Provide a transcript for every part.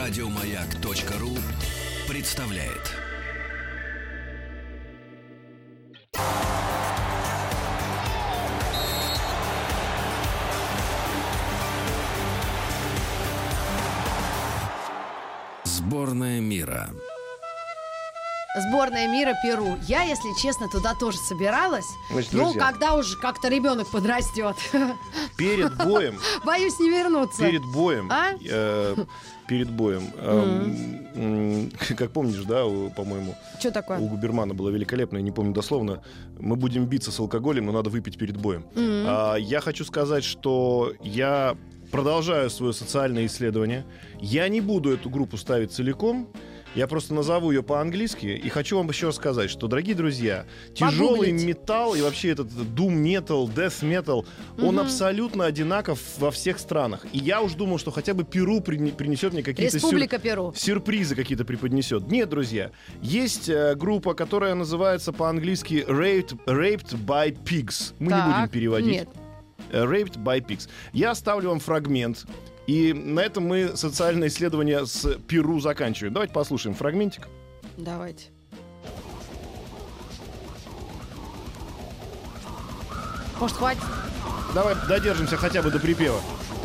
Радиомаяк.ру представляет. Сборная мира. Сборная мира Перу. Я, если честно, туда тоже собиралась. Значит, но друзья, когда уже как-то ребенок подрастет. перед боем, Боюсь не вернуться. перед боем, как помнишь, да, по-моему, Что такое? у Губермана было великолепно, я не помню дословно, мы будем биться с алкоголем, но надо выпить перед боем. Я хочу сказать, что я продолжаю свое социальное исследование. Я не буду эту группу ставить целиком. Я просто назову ее по-английски. И хочу вам еще сказать, что, дорогие друзья, тяжелый металл и вообще этот doom metal, death metal, он абсолютно одинаков во всех странах. И я уж думал, что хотя бы Перу принесет мне какие-то Перу. сюрпризы какие-то преподнесет. Нет, друзья. Есть группа, которая называется по-английски Raped by Pigs. Мы не будем переводить. Нет. Raped by Pigs. Я оставлю вам фрагмент. И на этом мы социальное исследование с Перу заканчиваем. Давайте послушаем фрагментик. Давайте. Может, хватит? Давай додержимся хотя бы до припева.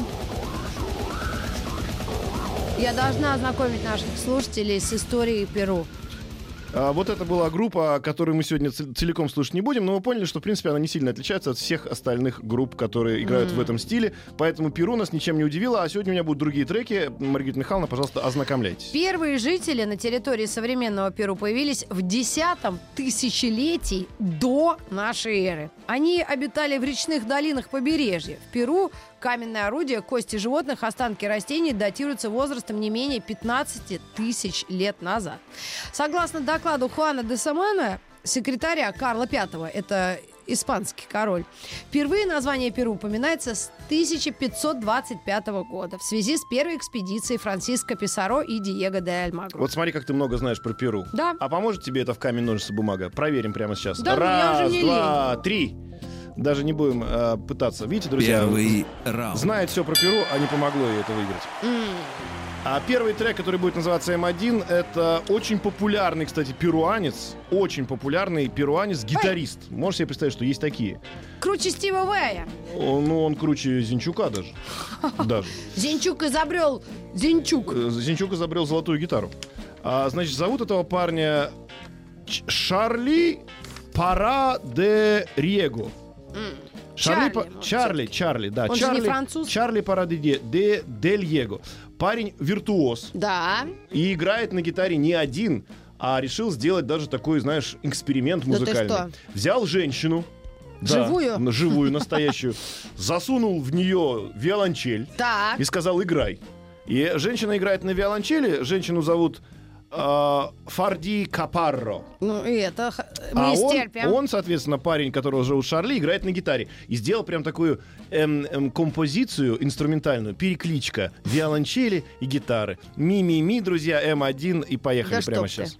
Я должна ознакомить наших слушателей с историей Перу. Вот это была группа, которую мы сегодня целиком слушать не будем, но мы поняли, что, в принципе, она не сильно отличается от всех остальных групп, которые играют в этом стиле. Поэтому Перу нас ничем не удивило. А сегодня у меня будут другие треки. Маргарита Михайловна, пожалуйста, ознакомляйтесь. Первые жители на территории современного Перу появились в 10-м тысячелетии до нашей эры. Они обитали в речных долинах побережья. В Перу каменные орудия, кости животных, останки растений датируются возрастом не менее 15 тысяч лет назад. Согласно докладу Хуана де Самана, секретаря Карла V, это испанский король, впервые название Перу упоминается с 1525 года в связи с первой экспедицией Франсиско Писаро и Диего де Альмагро. Вот смотри, как ты много знаешь про Перу. Да. А поможет тебе это в камень, ножницы, бумага? Проверим прямо сейчас. Да, Раз, два, три. Даже не будем пытаться. Видите, друзья? Первый раунд. Знает все про Перу, а не помогло ей это выиграть. А первый трек, который будет называться М1, это очень популярный, кстати, перуанец. Очень популярный перуанец-гитарист. Можешь себе представить, что есть такие? Круче Стива Вэя. Он круче Зинчука даже. Зинчук изобрел Зинчук изобрел золотую гитару. Значит, зовут этого парня Шарли Пара де Риего. Чарли, да. Он же не француз? Чарли Пара де Риего. Парень виртуоз. Да. И играет на гитаре не один, а решил сделать даже такой, знаешь, эксперимент музыкальный. Да ты что? Взял женщину. Живую? Да, живую, настоящую. Засунул в нее виолончель. Так. И сказал: играй. И женщина играет на виолончели. Женщину зовут Фарди Капарро. Ну, и это мы стерпим. Он, соответственно, парень, которого зовут Шарли, играет на гитаре. И сделал прям такую композицию инструментальную, перекличка виолончели и гитары. Ми-ми-ми, друзья, М1, и поехали Да прямо чтоб ты. сейчас.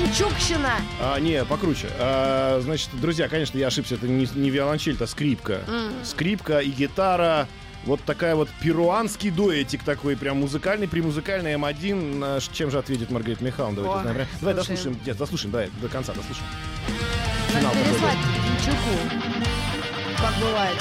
Зинчукщина. Не, покруче. Значит, друзья, конечно, я ошибся. Это не виолончель, это скрипка. Скрипка и гитара. Вот такая вот перуанский дуэтик такой, прям музыкальный, примузыкальный М1. Чем же ответит Маргарита Михайловна? Давайте узнаем. Давай дослушаем. Нет, дослушаем, давай, до конца дослушаем. Надо переслать Зинчуку. Как бывает.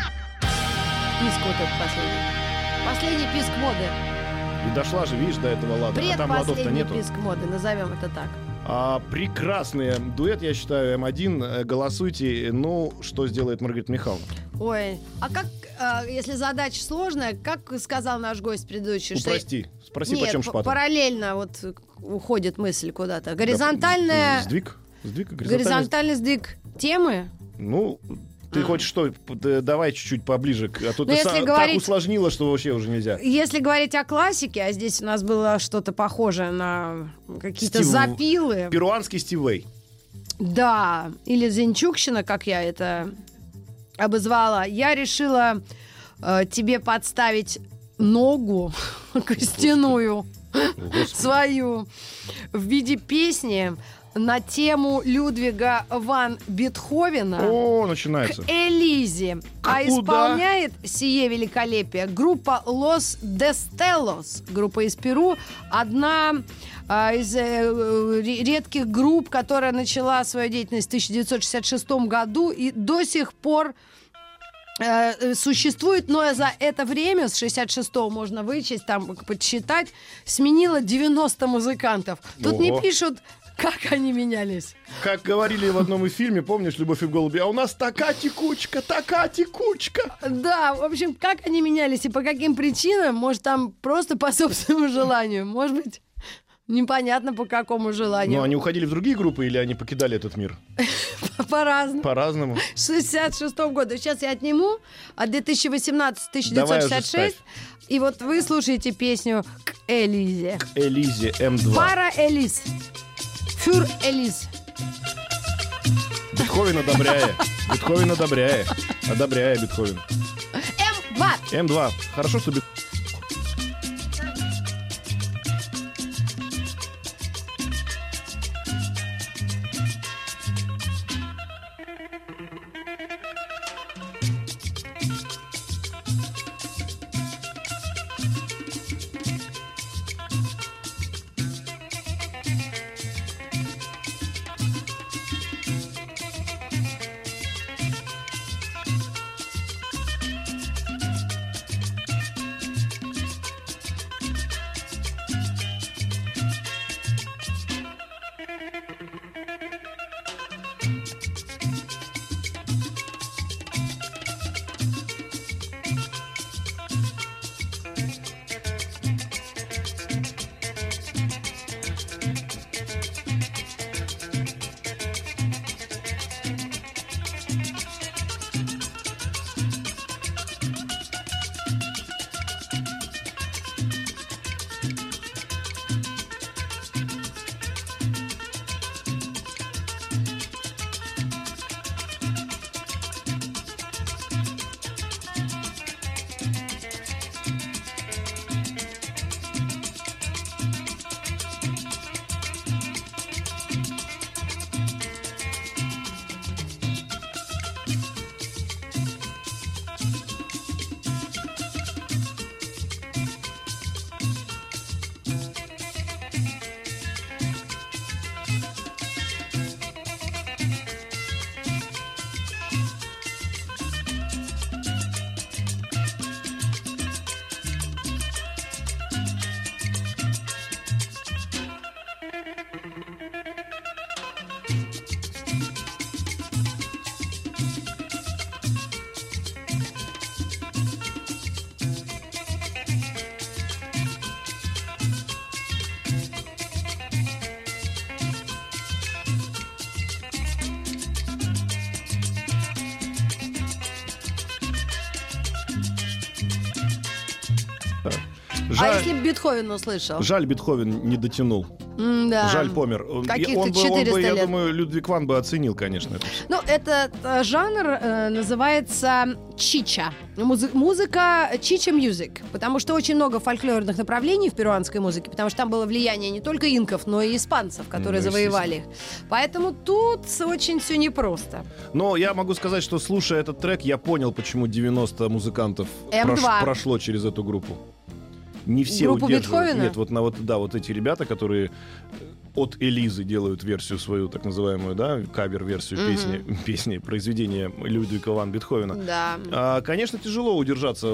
Писк вот этот последний. Последний писк моды. И дошла же, видишь, до этого лада. А там ладов-то Предпоследний нету. писк моды, назовем это так. Прекрасный дуэт, я считаю, М1. Голосуйте. Ну, что сделает Маргарита Михайловна? Ой, а как, если задача сложная, как сказал наш гость предыдущий? Упрости. Спроси, Нет, почем шпата. параллельно вот уходит мысль куда-то. Горизонтальная... Сдвиг? Горизонтальный сдвиг темы? Ну, ты хочешь что? Давай чуть-чуть поближе. А то ты если так усложнила, что вообще уже нельзя. Если говорить о классике, а здесь у нас было что-то похожее на какие-то запилы. Перуанский Стив Вэй. Да, или Зинчукщина, как я это обозвала. Я решила тебе подставить ногу костяную свою в виде песни на тему Людвига ван Бетховена. О, начинается. К Элизе. Исполняет сие великолепие группа Los Destellos, группа из Перу. Одна из редких групп, которая начала свою деятельность в 1966 году и до сих пор существует, но за это время, с 66-го можно вычесть, там, подсчитать, сменила 90 музыкантов. Тут не пишут, как они менялись. Как говорили в одном из фильмов, помнишь, «Любовь и голуби», а у нас такая текучка. Да, в общем, как они менялись и по каким причинам, может, там просто по собственному желанию, может быть, непонятно по какому желанию. Но они уходили в другие группы или они покидали этот мир? По-разному. По-разному. С 66-го года. Сейчас я отниму от 2018-1966. И вот вы слушаете песню «К Элизе». К Элизе, М2. Пара Элиз. Фюр Элиз. Бетховен одобряя. Одобряя Бетховен. М2. Хорошо, что Бетховен. А если бы Бетховен услышал? Жаль, Бетховен не дотянул. Да. Жаль, помер. Каких-то Он бы, 400 я лет. думаю, Людвиг ван бы оценил, конечно, это всё. Ну, этот жанр называется чича. Музыка чича мьюзик. Потому что очень много фольклорных направлений в перуанской музыке, потому что там было влияние не только инков, но и испанцев, которые Ну, завоевали их. Поэтому тут очень все непросто. Но я могу сказать, что, слушая этот трек, я понял, почему 90 музыкантов М2. прошло через эту группу. Не все Группу удерживают. Бетховена? Нет, вот эти ребята, которые от Элизы делают версию свою, так называемую, да, кавер-версию песни, произведения Людвига ван Бетховена. Да. Конечно, тяжело удержаться,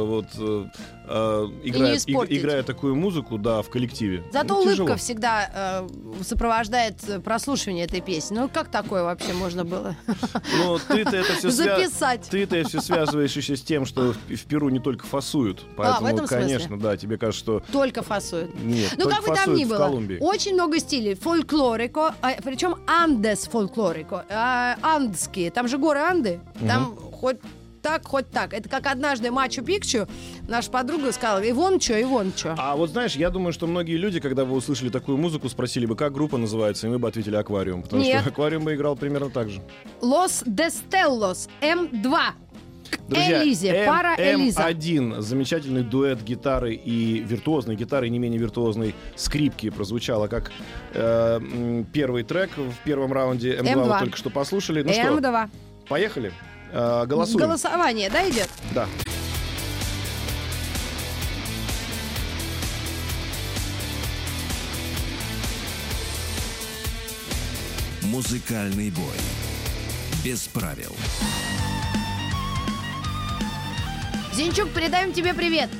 играя такую музыку, да, в коллективе. Зато Ну, улыбка тяжело. всегда сопровождает прослушивание этой песни. Ну, как такое вообще можно было Но ты-то это все записать? Ты-то все связываешь еще с тем, что в Перу не только фасуют. Поэтому, в этом смысле? конечно, да, тебе кажется, что... Только фасуют. Нет, Ну, только как бы там фасуют ни в было, Колумбии. очень много стилей. Фольклорико, причем андес фольклорико, андские. Там же горы Анды, там хоть так. Это как однажды Мачу-Пикчу наша подруга сказала: и вон чё. А вот знаешь, я думаю, что многие люди, когда бы услышали такую музыку, спросили бы, как группа называется, и мы бы ответили «Аквариум». Потому Нет. что «Аквариум» бы играл примерно так же. Лос Дестеллос, М2. Друзья, Элизе, пара Элиза. М1, замечательный дуэт гитары и виртуозной гитары, и не менее виртуозной скрипки прозвучало как первый трек в первом раунде. М2 М2. вы только что послушали. Ну что, М2. поехали? Голосуем. Голосование, да, идет? Да. Музыкальный бой. Без правил. Зинчук, передаем тебе привет.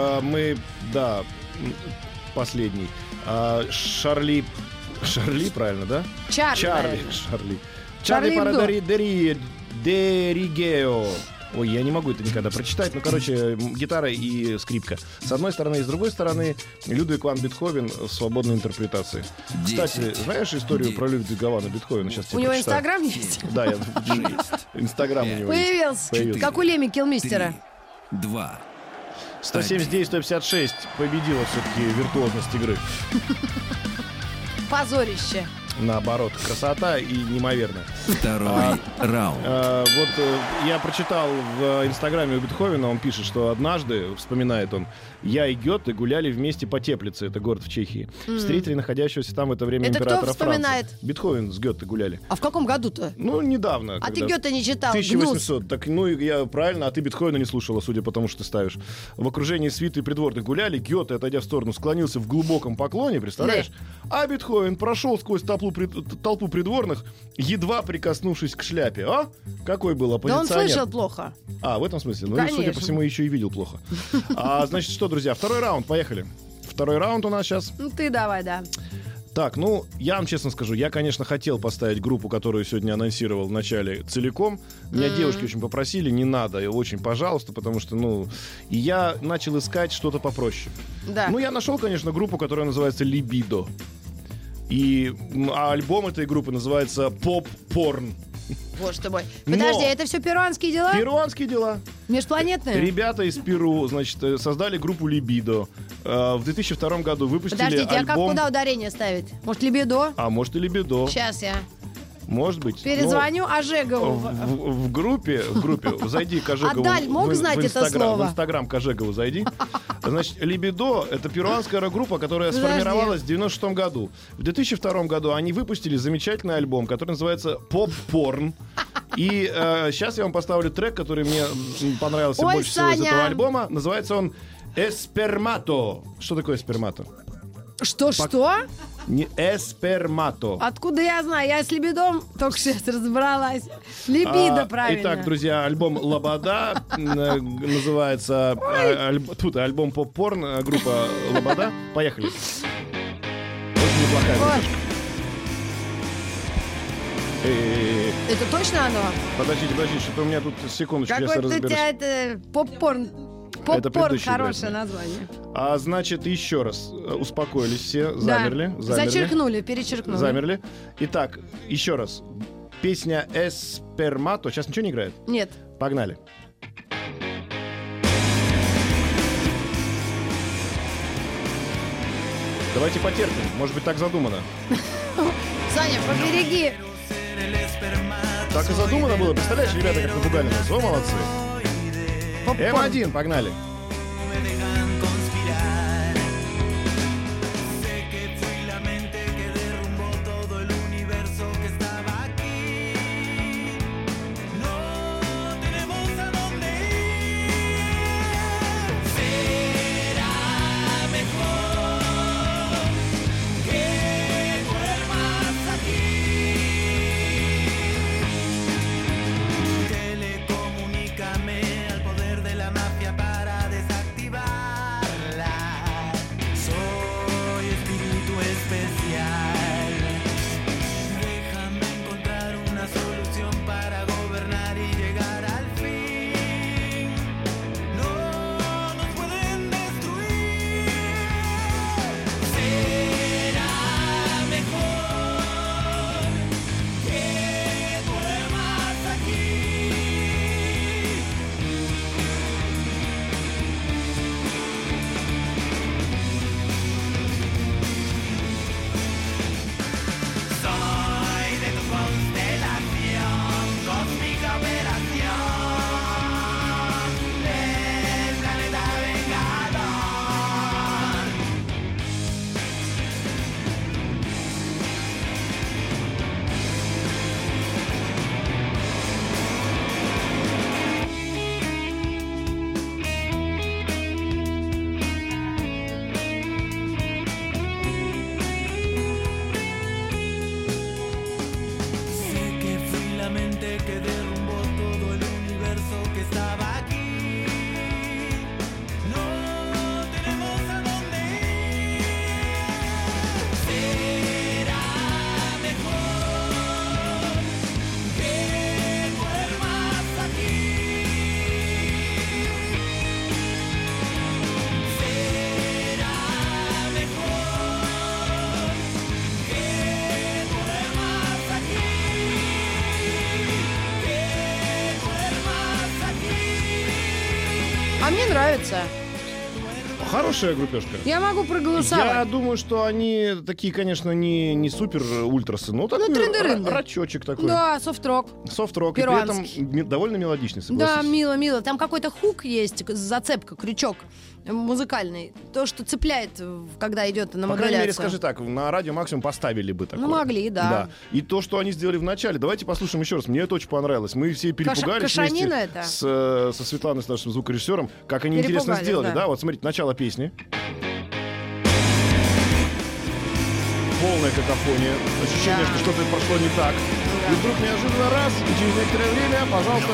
Последний. Шарли, правильно, да? Чарли. Шарли Шарли пара Hebdo. Деригео. Ой, я не могу это никогда прочитать. Ну, короче, гитара и скрипка. С одной стороны, и с другой стороны, Людвиг ван Бетховен в свободной интерпретации. Кстати, знаешь историю про Людвига вана Бетховена? Сейчас тебе У него прочитаю. Инстаграм есть? Да, Инстаграм у него есть. Появился. Как у Леми Килмистера. 2. 179-156 победила все-таки виртуозность игры. Позорище. Наоборот, красота и неимоверная. Второй раунд. Я прочитал в Инстаграме у Бетховена, он пишет, что однажды, вспоминает он, я и Гёте гуляли вместе по Теплице, это город в Чехии. Встретили находящегося там в это время Это кто императора вспоминает? Франца. Бетховен с Гёте гуляли. А в каком году-то? Ну, недавно. А ты когда- Гёте не читал? 1800. Так, ну, я правильно, а ты Бетховена не слушала, судя по тому, что ты ставишь. В окружении свиты придворных гуляли, Гёте, отойдя в сторону, склонился в глубоком поклоне, представляешь? А Бетховен прошел сквозь толпу придворных, едва прикоснувшись к шляпе. А? Какой был Да он оппозиционер. слышал плохо. А, в этом смысле? Ну, и, судя Конечно. по всему, еще и видел плохо. Значит, что, друзья, второй раунд, поехали. Второй раунд у нас сейчас. Ну ты давай, да. Так, ну, я вам честно скажу, я, конечно, хотел поставить группу, которую сегодня анонсировал в начале, целиком. Меня девушки очень попросили, не надо, и очень пожалуйста, потому что, ну... И я начал искать что-то попроще. Да. Ну, я нашел, конечно, группу, которая называется «Либидо». А альбом этой группы называется «Поп-порн». Боже ты мой. Но- Подожди, это все перуанские дела? Перуанские дела. Межпланетные? Ребята из Перу, значит, создали группу «Либидо». В 2002 году выпустили Подождите, а как альбом... куда ударение ставить? Может, либидо? А может и «Либидо». Сейчас я Может быть. перезвоню Ожегову. В группе, зайди к Ожегову. Даль мог знать это слово? В Инстаграм к Ожегову зайди. Значит, «Либидо» — это перуанская рок-группа, которая Подожди. сформировалась в 96 году. В 2002 году они выпустили замечательный альбом, который называется «Поп-порн». И сейчас я вам поставлю трек, который мне понравился Ой, больше всего из Саня! этого альбома. Называется он «Эспермато». Что такое «эспермато»? Что? Не «эспермато». Откуда я знаю? Я с либидом только сейчас разобралась. Либидо, правильно. Итак, друзья, альбом «Лобода» называется альбом «Поп-порн», группа «Лобода». Поехали. Очень неплохая Ой, музычка. это точно оно? Подождите, что-то у меня тут, секундочку, сейчас я Какой-то у разберусь. тебя это попкорн. Это Попкорн предыдущий хорошее играет, название. Значит, еще раз, успокоились все, Да. замерли. Зачеркнули, перечеркнули. Замерли. Итак, еще раз. Песня «Эспермато». Сейчас ничего не играет? Нет. Погнали. Давайте потерпим. Может быть, так задумано. Саня, побереги. Так и задумано было. Представляешь, ребята, как напугали нас. О, молодцы. М1, погнали. А мне нравится. Хорошая группешка. Я могу проголосовать. Я думаю, что они такие, конечно, не супер ультрасы, но такой рачочек такой. Да, софт-рок. Софт-рок. И при этом довольно мелодичный, согласись. Да, мило. Там какой-то хук есть, зацепка, крючок музыкальный. То, что цепляет, когда идет на модуляцию. По крайней мере, скажи так, на радио максимум поставили бы такое. Ну, могли, да. И то, что они сделали в начале, давайте послушаем еще раз. Мне это очень понравилось. Мы все перепугались вместе со Светланой, с нашим звукорежиссером, как они интересно сделали. Да, вот смотрите, начало песни. Полная какофония. Ощущение, что что-то прошло не так. И вдруг неожиданно раз, и через некоторое время, пожалуйста.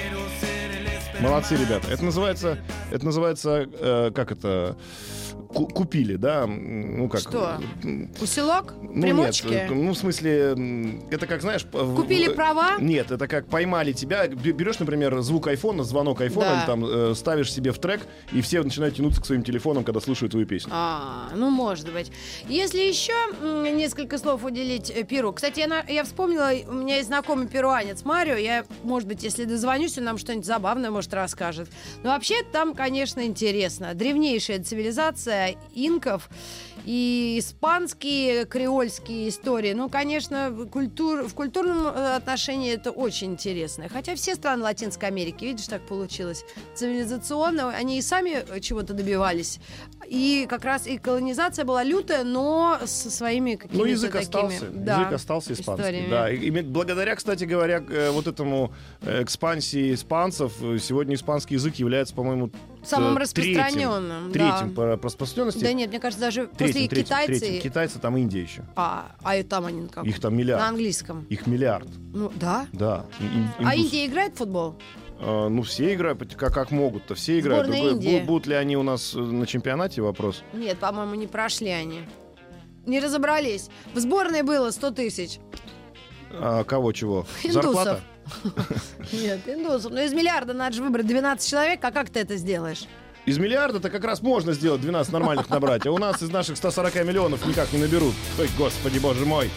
Молодцы, ребята. Это называется, как это... Купили, да? Ну как? Что? Усилок? Примочки? Нет, в смысле, это как, знаешь... Купили права? Нет, это как поймали тебя. Берешь, например, звук айфона, звонок айфона, или там ставишь себе в трек, и все начинают тянуться к своим телефонам, когда слушают твою песню. Ну, может быть. Если еще несколько слов уделить Перу. Кстати, я вспомнила, у меня есть знакомый перуанец Марио. Я, может быть, если дозвонюсь, он нам что-нибудь забавное, может, расскажет. Но вообще там, конечно, интересно. Древнейшая цивилизация инков и испанские, креольские истории. Ну, конечно, в культурном отношении это очень интересно. Хотя все страны Латинской Америки, видишь, так получилось. Цивилизационно они и сами чего-то добивались. И как раз и колонизация была лютая, но со своими какими-то такими... Язык остался испанский. Да. И благодаря, кстати говоря, вот этому экспансии испанцев, сегодня испанский язык является, по-моему, самым распространенным. Третьим по распространенности. Да нет, мне кажется, даже после китайцев. Китайцы, там Индия еще. А и там они как? Их там миллиард. На английском. Их миллиард. Ну, да? Да. А Индия играет в футбол? Ну, все играют, как могут-то, все играют. Сборная Индии. Будут ли они у нас на чемпионате, вопрос? Нет, по-моему, не прошли они. Не разобрались. В сборной было 100 тысяч. А кого чего? Индусов. Зарплата? Нет, индусов. Но из миллиарда надо же выбрать 12 человек, а как ты это сделаешь? Из миллиарда-то как раз можно сделать 12 нормальных набрать, а у нас из наших 140 миллионов никак не наберут. Ой, господи, боже мой.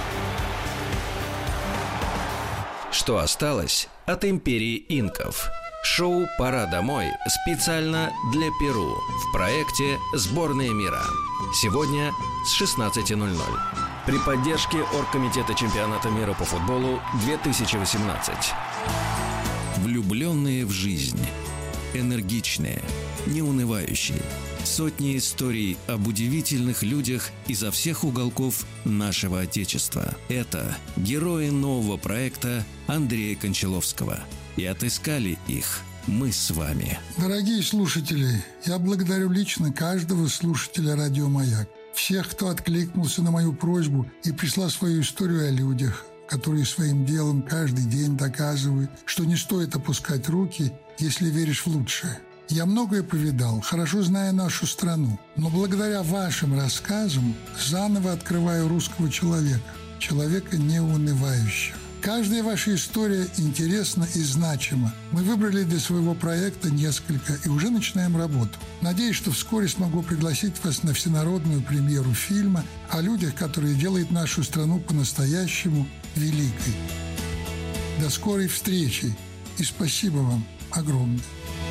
Что осталось от империи инков? Шоу «Пора домой» специально для Перу в проекте «Сборная мира». Сегодня с 16:00. При поддержке Оргкомитета чемпионата мира по футболу 2018. Влюбленные в жизнь. Энергичные, неунывающие. Сотни историй об удивительных людях изо всех уголков нашего Отечества. Это герои нового проекта Андрея Кончаловского. И отыскали их мы с вами. Дорогие слушатели, я благодарю лично каждого слушателя «Радио Маяк». Всех, кто откликнулся на мою просьбу и прислал свою историю о людях, которые своим делом каждый день доказывают, что не стоит опускать руки, если веришь в лучшее. Я многое повидал, хорошо зная нашу страну, но благодаря вашим рассказам заново открываю русского человека неунывающего. Каждая ваша история интересна и значима. Мы выбрали для своего проекта несколько и уже начинаем работу. Надеюсь, что вскоре смогу пригласить вас на всенародную премьеру фильма о людях, которые делают нашу страну по-настоящему великой. До скорой встречи и спасибо вам огромное.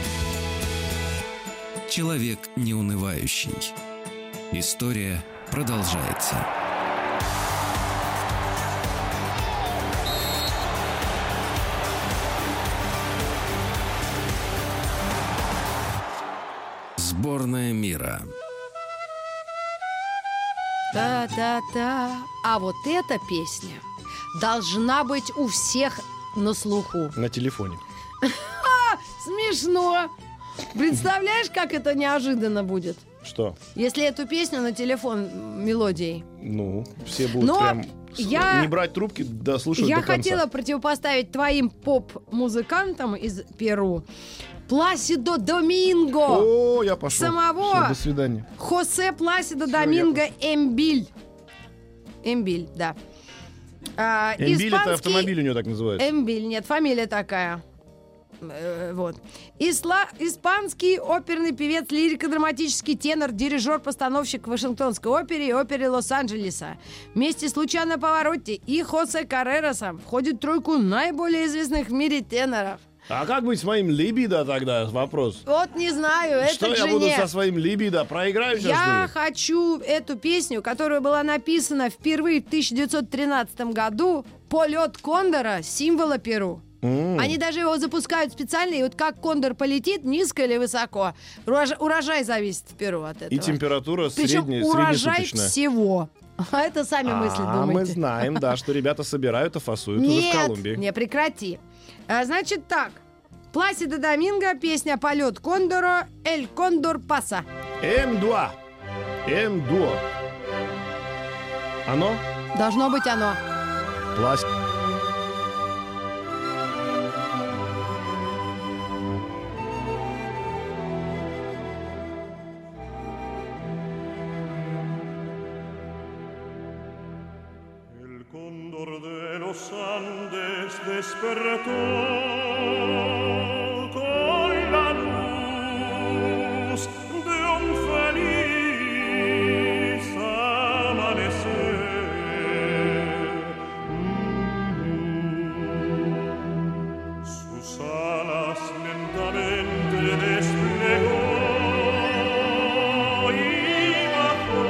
Человек неунывающий. История продолжается. Сборная мира. Та-та-та. А вот эта песня должна быть у всех на слуху. На телефоне. Смешно. Представляешь, как это неожиданно будет? Что? Если эту песню на телефон мелодией. Ну, все будут Но прям я- не брать трубки, дослушивать Я до конца. хотела противопоставить твоим поп-музыкантам из Перу Пласидо Доминго, О, я пошел. Самого- Всё, до свидания. Хосе Пласидо Всё, Доминго Эмбиль. Эмбиль, да. Эмбиль — это автомобиль у него так называется. Эмбиль, нет, фамилия такая. Вот. Испанский оперный певец, лирико-драматический тенор, дирижер-постановщик в Вашингтонской опере и опере Лос-Анджелеса. Вместе с Лучано Паваротти и Хосе Каррерасом входит в тройку наиболее известных в мире теноров. А как быть с моим либидо тогда? Вопрос. Вот не знаю, это Что к я буду жене. со своим либидо? Проиграю сейчас, Я что ли? хочу эту песню, которая была написана впервые в 1913 году, «Полет кондора», символа Перу. Они даже его запускают специально, и вот как кондор полетит, низко или высоко, урожай зависит в Перу от этого. И температура Причем урожай среднесуточная. всего. А это сами мысли А мы думаете. знаем, да, что ребята собирают и фасуют уже в Нет, Колумбии. не прекрати. Значит так. Пласидо Доминго, песня «Полет кондора», «Эль кондор паса». М2. М2. Оно? Должно быть оно. Пластик. El cóndor de los Andes despertó con la luz de un feliz amanecer. Sus alas lentamente desplegó y bajó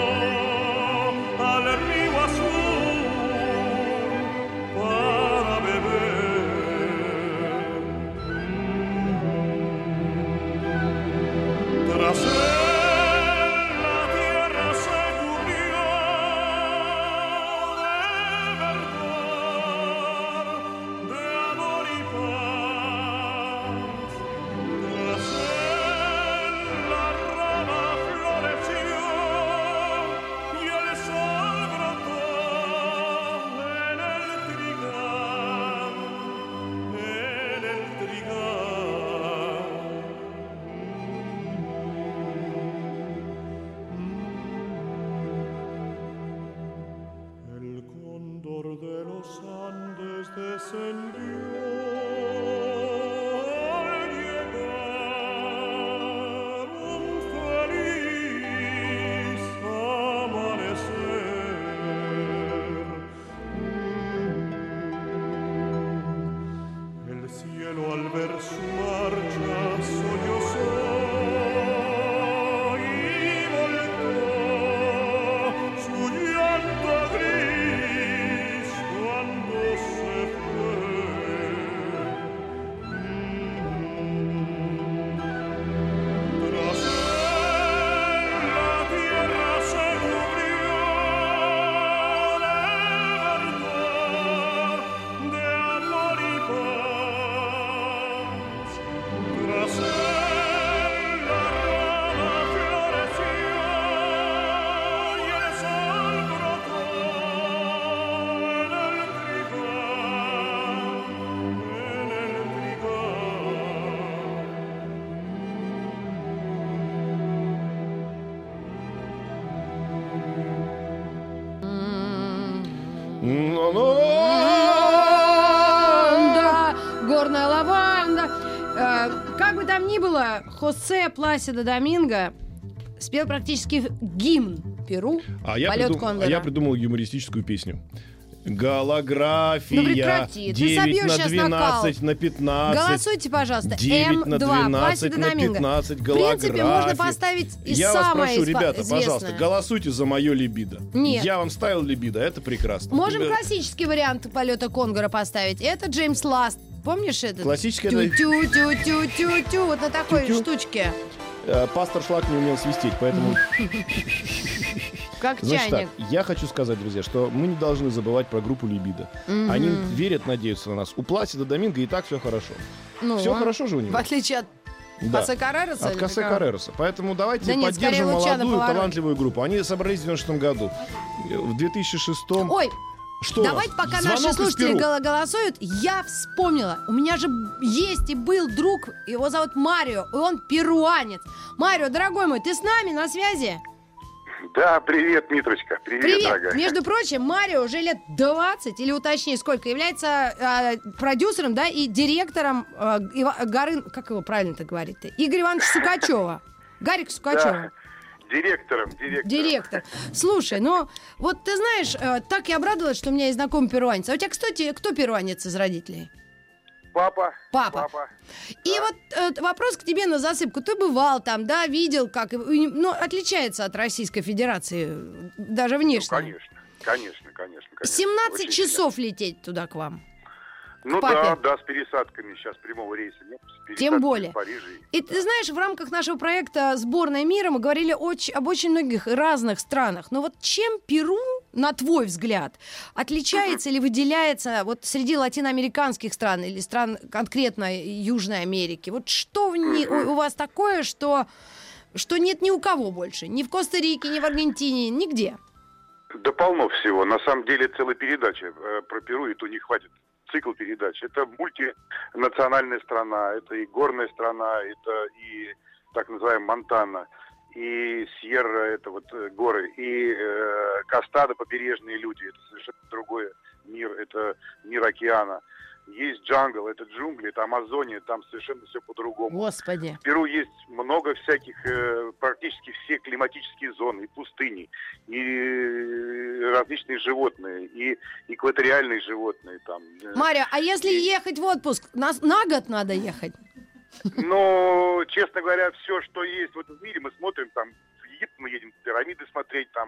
al río azul para beber. Tras él la tierra se cubrió de verdor, de amor y paz. Tras él su marcha sollozó y voltó su llanto gris cuando se fue. Tras él la tierra se cubrió de verdor, de amor y paz. Tras él la rama floreció y el sol brotó en el trigal, en el trigal. Да, горная лаванда. Как бы там ни было, Хосе Пласидо Доминго спел практически гимн Перу. «Полет Кондора». я придумал юмористическую песню. Голография. Ну прекрати, ты 9 собьешь на сейчас 12 на 15. Голосуйте, пожалуйста. 9 на М2, 12 Пласидо на Доминго. 15. В принципе, можно Голография. поставить и Я вас самое прошу, ребята, известное. пожалуйста, голосуйте за мое либидо. Нет. Я вам ставил либидо, это прекрасно. Можем Ребята, классический вариант полета Конгора поставить. Это Джеймс Ласт. Помнишь этот? Классический это- Тю-тю-тю-тю-тю. Вот на такой Тю-тю. штучке. Пастор Шлак не умел свистеть, поэтому... Как Значит чайник. так, я хочу сказать, друзья, что мы не должны забывать про группу Либидо. Они верят, надеются на нас. У Пласидо Доминго и так все хорошо. Ну, Все хорошо же у него. В отличие от Да. Хосе Карререса? От или Хосе как? Карререса. Поэтому давайте Да нет, поддержим скорее Лучано молодую, Паваротти. талантливую группу. Они собрались в 96 году. В 2006-м... Ой, Что? давайте, пока Звонок наши из слушатели Перу. голосуют, я вспомнила. У меня же есть и был друг, его зовут Марио, и он перуанец. Марио, дорогой мой, ты с нами на связи? Да, привет, Митрочка. Привет, дорогая. Между прочим, Марио уже лет 20, или уточнее сколько, является продюсером, да, и директором горы, как его правильно-то говорить-то? Игоря Ивановича Сукачева. Гарик Сукачева. Да, директором. Директор. Слушай, ну, вот ты знаешь, так я обрадовалась, что у меня есть знакомый перуанец. А у тебя, кстати, кто перуанец из родителей? Папа. Папа. И вот вопрос к тебе на засыпку. Ты бывал там, да, видел, как... Ну, отличается от Российской Федерации, даже внешне. Ну, конечно. 17 Очень часов лететь туда к вам. Ну папе. да, с пересадками. Сейчас прямого рейса нет. с пересадками Тем более. в Париже. И ты знаешь, в рамках нашего проекта «Сборная мира» мы говорили об очень многих разных странах. Но вот чем Перу, на твой взгляд, отличается или выделяется вот среди латиноамериканских стран или стран конкретно Южной Америки? Вот что у вас такое, что нет ни у кого больше? Ни в Коста-Рике, ни в Аргентине, нигде. Да полно всего. На самом деле целая передача про Перу, и то не хватит. Цикл передач. Это мультинациональная страна, это и горная страна, это и так называемая Монтана, и Сьерра, это вот горы, и Кастада, побережные люди, это совершенно другой мир, это мир океана. Есть джангл, это джунгли, это Амазония, там совершенно все по-другому. Господи. В Перу есть много всяких, практически все климатические зоны, и пустыни, и различные животные, и экваториальные животные там. Мария, а если ехать в отпуск, на год надо ехать? Но, честно говоря, все, что есть в этом мире, мы смотрим, там, в Египет мы едем пирамиды смотреть, там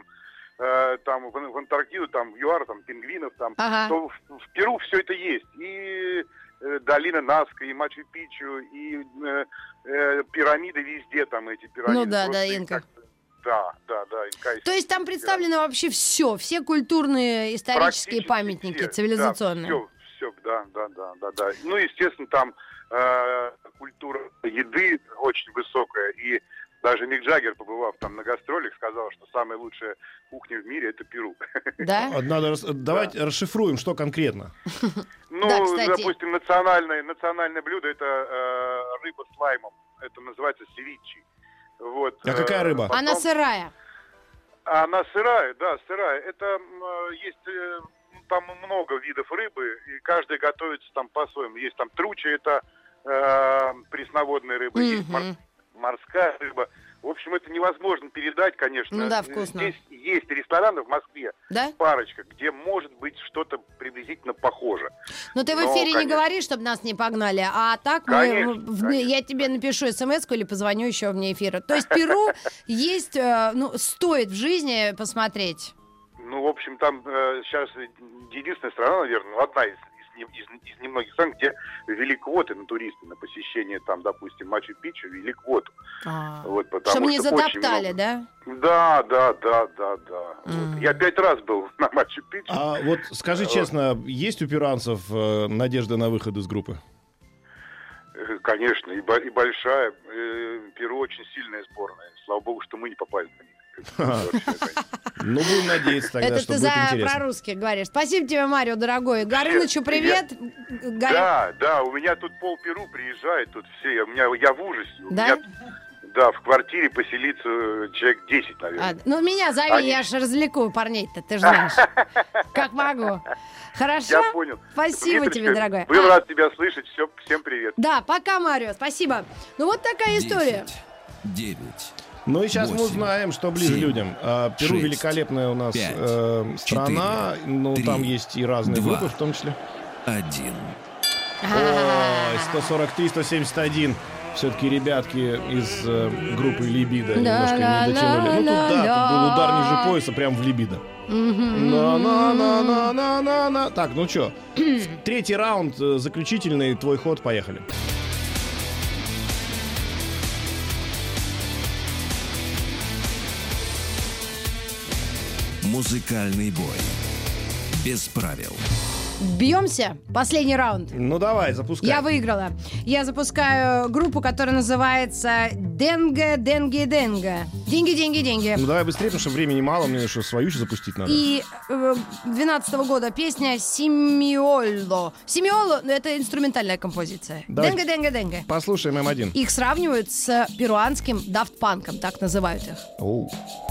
в Антарктиду, там, в ЮАР, там, пингвинов, там, Ага. то в Перу все это есть. И долина Наска, и Мачу-Пикчу, и пирамиды везде, там, эти пирамиды. Ну да, Просто да, их Инка. как-то- Да, инкайские. То есть там представлено вообще все культурные, исторические Практически памятники, все. цивилизационные. Да, все, да. Ну, естественно, там культура еды очень высокая, и даже Мик Джаггер, побывав там на гастролях, сказал, что самая лучшая кухня в мире — это Перу. Да? Давайте расшифруем, что конкретно. Ну, Да, кстати. допустим, национальное блюдо — это рыба с лаймом. Это называется севичи. Вот. А какая рыба? Потом- Она сырая. Она сырая, да, сырая. Это есть там много видов рыбы, и каждая готовится там по-своему. Есть там труча, это пресноводная рыба, есть морская рыба. В общем, это невозможно передать, конечно. Ну да, вкусно. Здесь есть рестораны в Москве, Да? парочка, где может быть что-то приблизительно похоже. Но ты в Но, эфире не конечно. говори, чтобы нас не погнали, а так Конечно, я тебе напишу смс-ку или позвоню еще вне эфира. То есть Перу есть, стоит в жизни посмотреть. Ну, в общем, там сейчас единственная страна, наверное, одна из немногих стран, где ввели квоты на туристы, на посещение, там, допустим, Мачу-Пикчу, ввели квоту. Вот, потому Чтобы не что очень затоптали, много. да? Да. Вот. Я 5 раз был на Мачу-Пикчу. А вот скажи честно, есть у перуанцев надежда на выход из группы? Конечно, и большая. Перу очень сильная сборная. Слава богу, что мы не попали на них. Ну, будем надеяться тогда, Это что ты будет про интересно. русских говоришь. Спасибо тебе, Марио, дорогой. Горынычу привет. Да, у меня тут пол Перу приезжает, тут все, я в ужасе. Да? Да, в квартире поселится человек 10, наверное. Ну, меня зови, я же развлеку парней-то, ты же знаешь. Как могу. Хорошо? Я понял. Спасибо тебе, дорогой. Был рад тебя слышать. Всем привет. Да, пока, Марио, спасибо. Ну, вот такая история. 9. Ну и сейчас мы 8, узнаем, что ближе 7, людям. Перу 6, великолепная у нас 5, страна, 4, но 3, там есть и разные 2, группы в том числе. 1. Ой, 143, 171. Все-таки ребятки из группы «Либидо» немножко не дотянули. Ну тут тут был удар ниже пояса, прям в «Либидо». На-на-на-на-на-на-на. Так, ну что, третий раунд, заключительный, твой ход, поехали. Музыкальный бой. Без правил. Бьемся. Последний раунд. Ну давай, запускай. Я выиграла. Я запускаю группу, которая называется Денге. Денге. Деньги. Ну давай быстрее, потому что времени мало, мне еще свою еще запустить надо. И 12-го года песня «Симиоло». «Симиоло» — это инструментальная композиция. Давай. Денге. Послушаем М1. Их сравнивают с перуанским Daft Punk'ом, так называют их. Оу.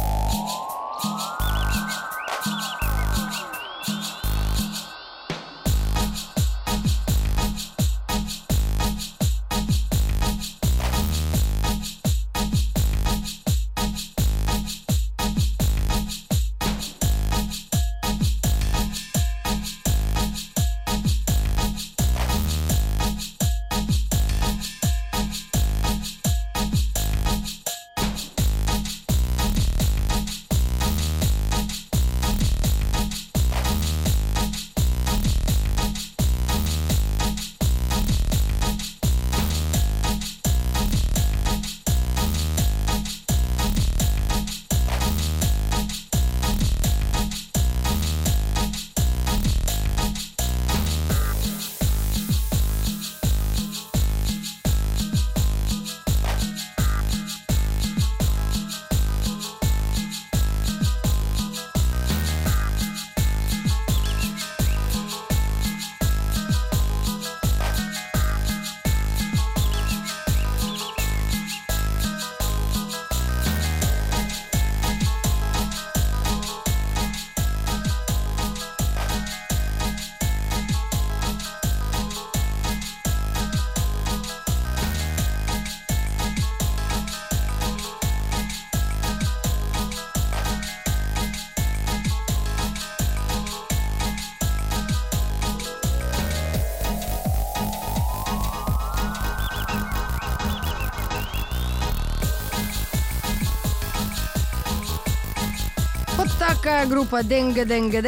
Такая группа Денге.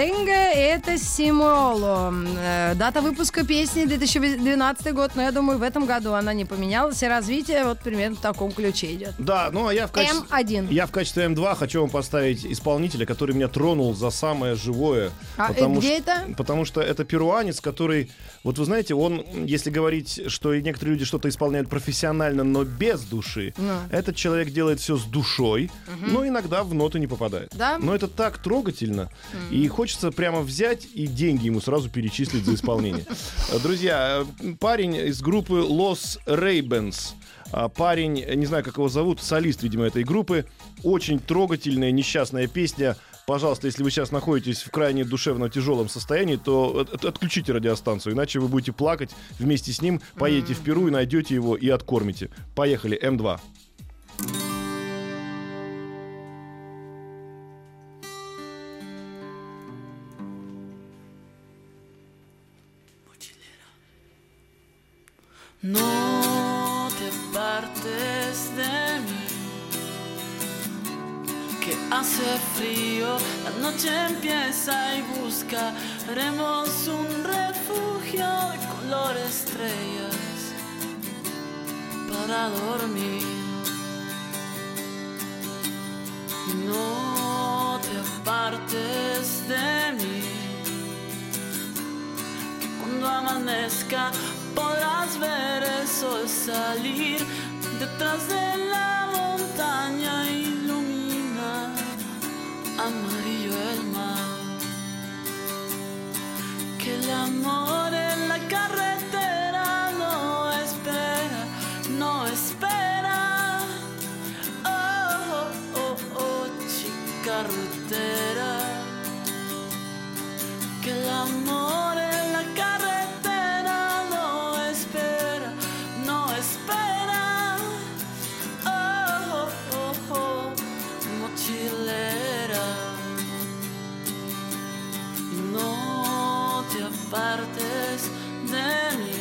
Это Симиоло. Дата выпуска песни 2012 год, но я думаю, в этом году она не поменялась, и развитие вот примерно в таком ключе идет. Да, ну а я в качестве... М1. Я в качестве М2 хочу вам поставить исполнителя, который меня тронул за самое живое. Где это? Потому что это перуанец, который... Вот вы знаете, он, если говорить, что некоторые люди что-то исполняют профессионально, но без души, этот человек делает все с душой, но иногда в ноты не попадает. Да? Но это так трогательно, и хочется прямо взять и деньги ему сразу перечислить за исполнение. Друзья, парень из группы Los Ravens. Парень, не знаю, как его зовут, солист, видимо, этой группы. Очень трогательная, несчастная песня. Пожалуйста, если вы сейчас находитесь в крайне душевно тяжелом состоянии, то отключите радиостанцию, иначе вы будете плакать вместе с ним, поедете в Перу и найдете его и откормите. Поехали, М2. No te apartes de mí, que hace frío, la noche empieza y buscaremos un refugio de color estrellas para dormir. No te apartes de mí, que cuando amanezca podrás ver el sol salir detrás de la montaña, ilumina amarillo el mar. Que el amor en la carretera no espera, no espera. Oh, oh, oh, chica rutera. Que el amor en la carretera no espera, no espera. Oh, oh, oh, mochilera. Y no te apartes de mí.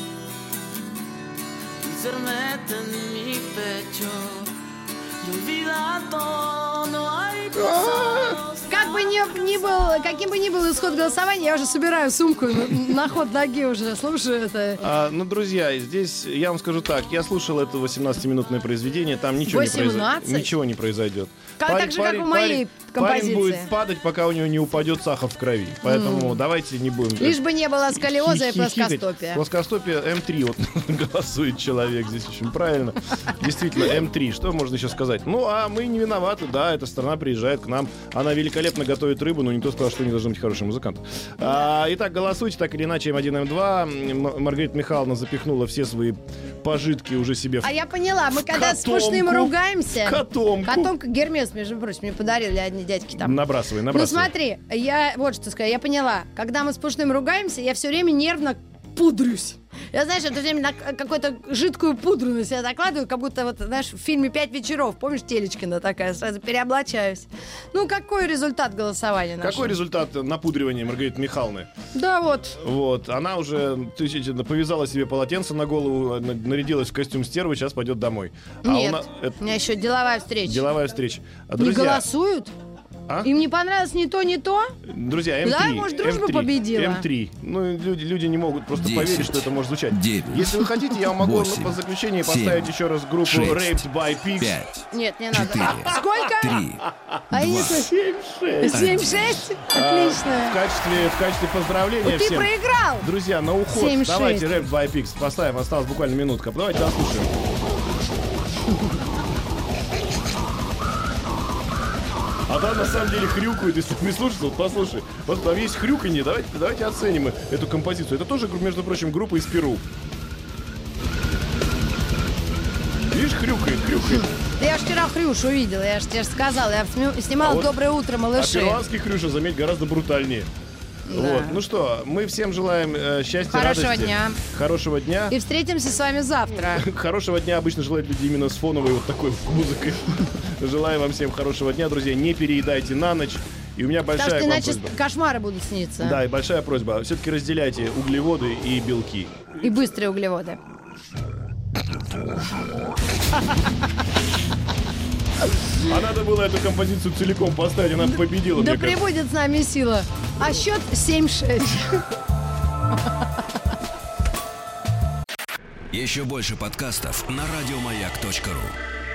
Se mete en mi pecho y olvida todo, no hay pasados. Каким бы ни был исход голосования, я уже собираю сумку на ход ноги уже, слушаю это. Ну, друзья, здесь я вам скажу так. Я слушал это 18-минутное произведение, там ничего не произойдет. Так же, как в моей композиции. Парень будет падать, пока у него не упадет сахар в крови. Поэтому давайте не будем... Лишь бы не было сколиоза и плоскостопия. Плоскостопие М3 вот голосует человек здесь очень правильно. Действительно, М3. Что можно еще сказать? Ну, а мы не виноваты, да, эта страна приезжает к нам. Она великолепно готовит рыбу, но никто сказал, что не должен быть хороший музыкант. Итак, голосуйте так или иначе М1, М2. Маргарита Михайловна запихнула все свои пожитки уже себе в... А я поняла, мы когда с Пушным ругаемся... Котомка Гермес, между прочим, мне подарили одни дядьки там. Набрасывай. Ну смотри, я вот что сказать, я поняла. Когда мы с Пушным ругаемся, я все время нервно пудрюсь. Я, знаешь, это время на какую-то жидкую пудру на себя накладываю, как будто, вот, знаешь, в фильме «5 вечеров», помнишь, Телечкина такая, сразу переоблачаюсь. Ну, какой результат голосования нашего? Какой результат напудривания Маргариты Михайловны? Да, вот. Вот, она уже повязала себе полотенце на голову, нарядилась в костюм стервы, сейчас пойдет домой. Нет, у меня еще деловая встреча. Деловая встреча. Не голосуют? Им не понравилось ни то, ни то? Друзья, М3. Да, может, дружба победила? М3. Ну, люди не могут просто 10, поверить, что это может звучать. 9, Если вы хотите, я вам могу 8, по заключению 7, поставить еще раз группу 6, Raped by Pigs. 5, Нет, не надо. 4, Сколько? 3, 2, 7-6? Отлично. В качестве поздравления Ты всем. проиграл. Друзья, на уход 7-6. давайте Raped by Pigs поставим. Осталась буквально минутка. Давайте дослушаем. А там на самом деле хрюкают, если ты не слушаешь, вот послушай. Вот там есть хрюканье, давайте оценим эту композицию. Это тоже, между прочим, группа из Перу. Видишь, хрюкает. Я ж вчера Хрюшу увидела, я же тебе сказала. Я снимала «Доброе утро, малыши». А перуанский Хрюша, заметь, гораздо брутальнее. Да. Вот. Ну что, мы всем желаем счастья, хорошего радости. дня. Хорошего дня. И встретимся с вами завтра. Хорошего дня обычно желают люди именно с фоновой вот такой музыкой. Желаю вам всем хорошего дня, друзья. Не переедайте на ночь. И у меня большая просьба. Потому что иначе просьба. Кошмары будут сниться. Да, и большая просьба. Все-таки разделяйте углеводы и белки. И быстрые углеводы. А надо было эту композицию целиком поставить, она победила. Да пребудет с нами сила. А счет 7-6. Еще больше подкастов на радиомаяк.ру.